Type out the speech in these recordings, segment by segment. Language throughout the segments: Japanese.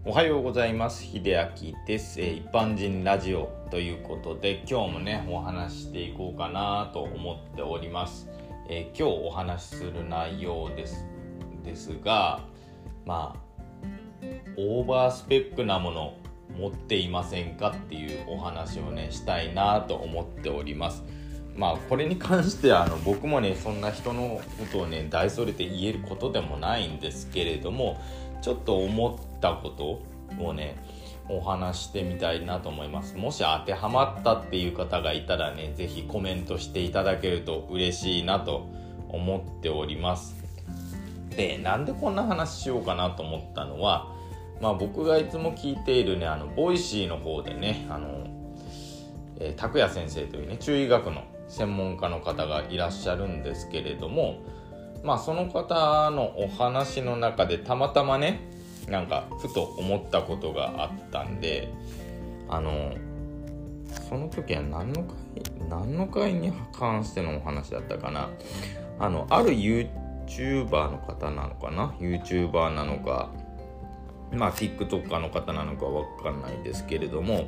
おはようございます。秀明です。一般人ラジオということで今日もねお話していこうかなと思っております。今日お話しする内容ですが、オーバースペックなもの持っていませんかっていうお話をねしたいなと思っております。これに関しては僕もねそんな人のことをね大それて言えることでもないんですけれども、ちょっと思ったことをねお話してみたいなと思います。もし当てはまったっていう方がいたらね、ぜひコメントしていただけると嬉しいなと思っております。で、なんでこんな話しようかなと思ったのは、僕がいつも聞いているねボイシーの方でね拓也先生というね中医学の専門家の方がいらっしゃるんですけれども、その方のお話の中でたまたまねふと思ったことがあったんで、その時は何の回に関してのお話だったかな。ある YouTuber の方なのかな、 YouTuber なのかTikToker の方なのか分かんないですけれども、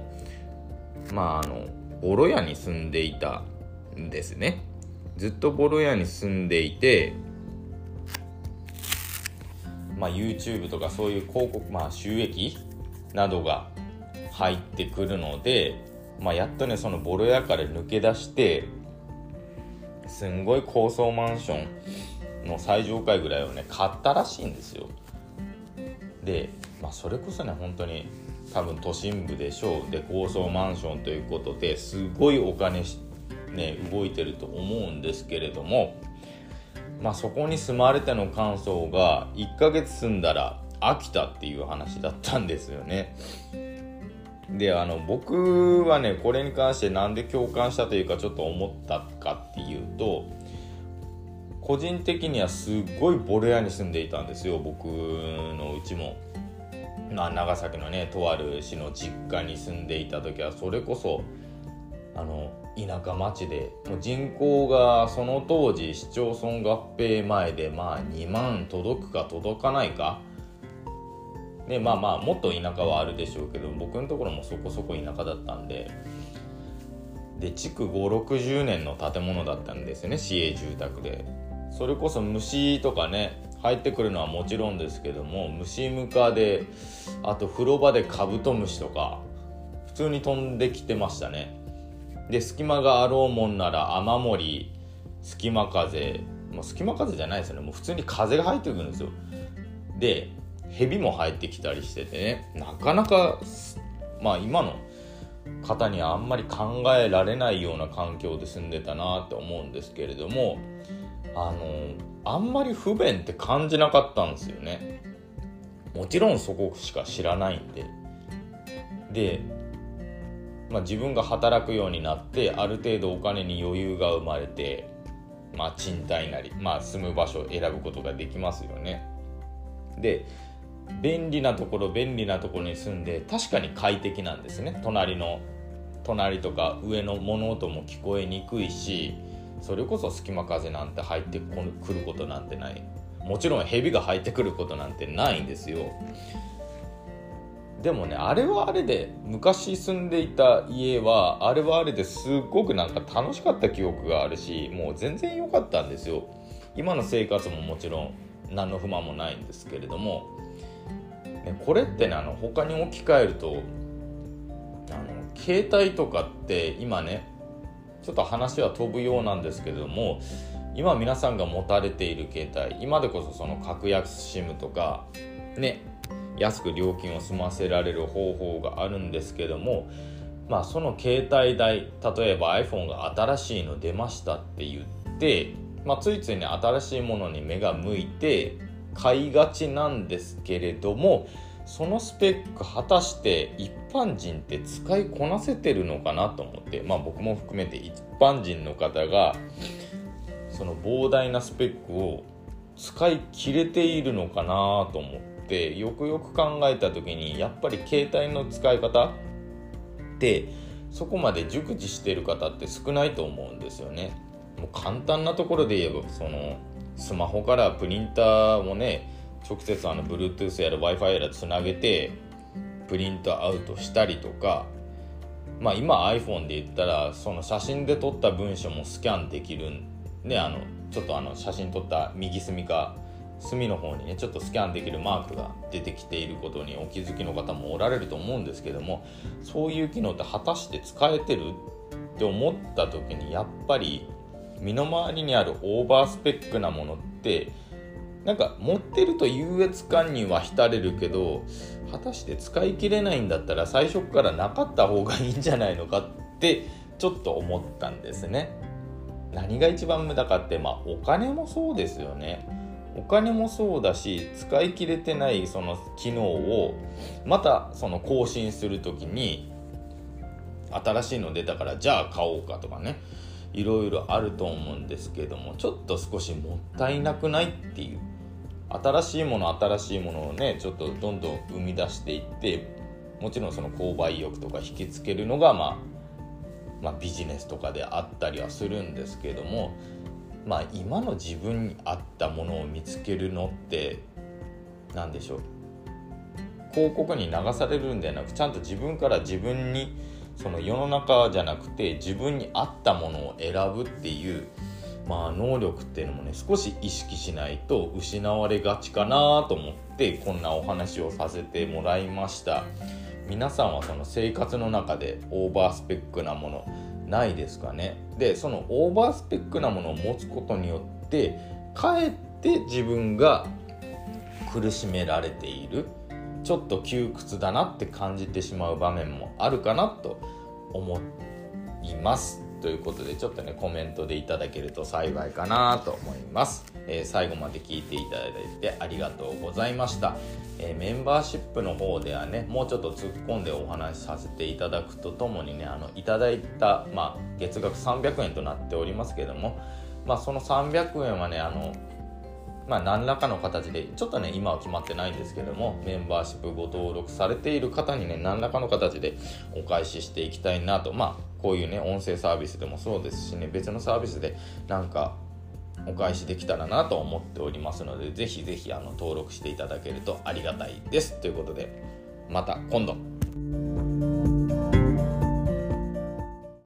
ボロ屋に住んでいたんですね。ずっとボロ屋に住んでいて、YouTube とかそういう広告、収益などが入ってくるので、やっとねそのボロ屋から抜け出してすんごい高層マンションの最上階ぐらいをね買ったらしいんですよ。で、それこそね本当に多分都心部でしょう。で、高層マンションということですごいお金ね動いてると思うんですけれども、そこに住まれての感想が1ヶ月住んだら飽きたっていう話だったんですよね。で、僕はねこれに関してなんで共感したというかちょっと思ったかっていうと、個人的にはすごいボロ屋に住んでいたんですよ。僕のうちも長崎のねとある市の実家に住んでいた時はそれこそ田舎町でもう人口がその当時市町村合併前で2万届くか届かないかで、もっと田舎はあるでしょうけど、僕のところもそこそこ田舎だったんで、築5、60年の建物だったんですよね、市営住宅で。それこそ虫とかね入ってくるのはもちろんですけども、虫ムカで、あと風呂場でカブトムシとか普通に飛んできてましたね。で、隙間があろうもんなら雨漏り、隙間風、隙間風じゃないですよね、もう普通に風が入ってくるんですよ。で、蛇も入ってきたりしててね、なかなか今の方にはあんまり考えられないような環境で住んでたなって思うんですけれども、あんまり不便って感じなかったんですよね。もちろんそこしか知らないんで、自分が働くようになってある程度お金に余裕が生まれて、賃貸なり、住む場所を選ぶことができますよね。で、便利なところに住んで確かに快適なんですね。隣とか上の物音も聞こえにくいし、それこそ隙間風なんて入ってくることなんてない。もちろん蛇が入ってくることなんてないんですよ。でもね、あれはあれで昔住んでいた家はあれはあれですごく楽しかった記憶があるし、もう全然良かったんですよ。今の生活ももちろん何の不満もないんですけれども、これってね他に置き換えると携帯とかって今ねちょっと話は飛ぶようなんですけれども、今皆さんが持たれている携帯、今でこそその格安 SIM とかね安く料金を済ませられる方法があるんですけども、その携帯代、例えば iPhone が新しいの出ましたって言って、ついついね新しいものに目が向いて買いがちなんですけれども、そのスペック果たして一般人って使いこなせてるのかなと思って、僕も含めて一般人の方がその膨大なスペックを使い切れているのかなと思って、よくよく考えた時にやっぱり携帯の使い方ってそこまで熟知している方って少ないと思うんですよね。もう簡単なところで言えばそのスマホからプリンターをね直接Bluetooth やら Wi-Fi やらつなげてプリントアウトしたりとか、今 iPhone で言ったらその写真で撮った文章もスキャンできるね。ちょっと写真撮った右隅の方にね、ちょっとスキャンできるマークが出てきていることにお気づきの方もおられると思うんですけども、そういう機能って果たして使えてるって思った時に、やっぱり身の回りにあるオーバースペックなものってなんか持ってると優越感には浸れるけど、果たして使い切れないんだったら最初からなかった方がいいんじゃないのかってちょっと思ったんですね。何が一番無駄かって、お金もそうですよね。お金もそうだし、使い切れてないその機能をまたその更新するときに、新しいの出たからじゃあ買おうかとかね、いろいろあると思うんですけども、ちょっと少しもったいなくないっていう、新しいものをね、ちょっとどんどん生み出していって、もちろんその購買意欲とか引きつけるのがビジネスとかであったりはするんですけども、今の自分に合ったものを見つけるのって何でしょう、広告に流されるんではなく、ちゃんと自分から自分に、その世の中じゃなくて自分に合ったものを選ぶっていう、能力っていうのもね、少し意識しないと失われがちかなと思ってこんなお話をさせてもらいました。皆さんはその生活の中でオーバースペックなものないですかね。で、そのオーバースペックなものを持つことによってかえって自分が苦しめられている、ちょっと窮屈だなって感じてしまう場面もあるかなと思います。ということで、ちょっとねコメントでいただけると幸いかなと思います。最後まで聞いていただいてありがとうございました。メンバーシップの方ではね、もうちょっと突っ込んでお話しさせていただくとともにね、いただいた、月額300円となっておりますけれども、その300円はね、何らかの形で、ちょっとね今は決まってないんですけども、メンバーシップご登録されている方にね、何らかの形でお返ししていきたいなと。こういうね音声サービスでもそうですしね、別のサービスでなんかお返しできたらなと思っておりますので、ぜひぜひ登録していただけるとありがたいです。ということで、また今度。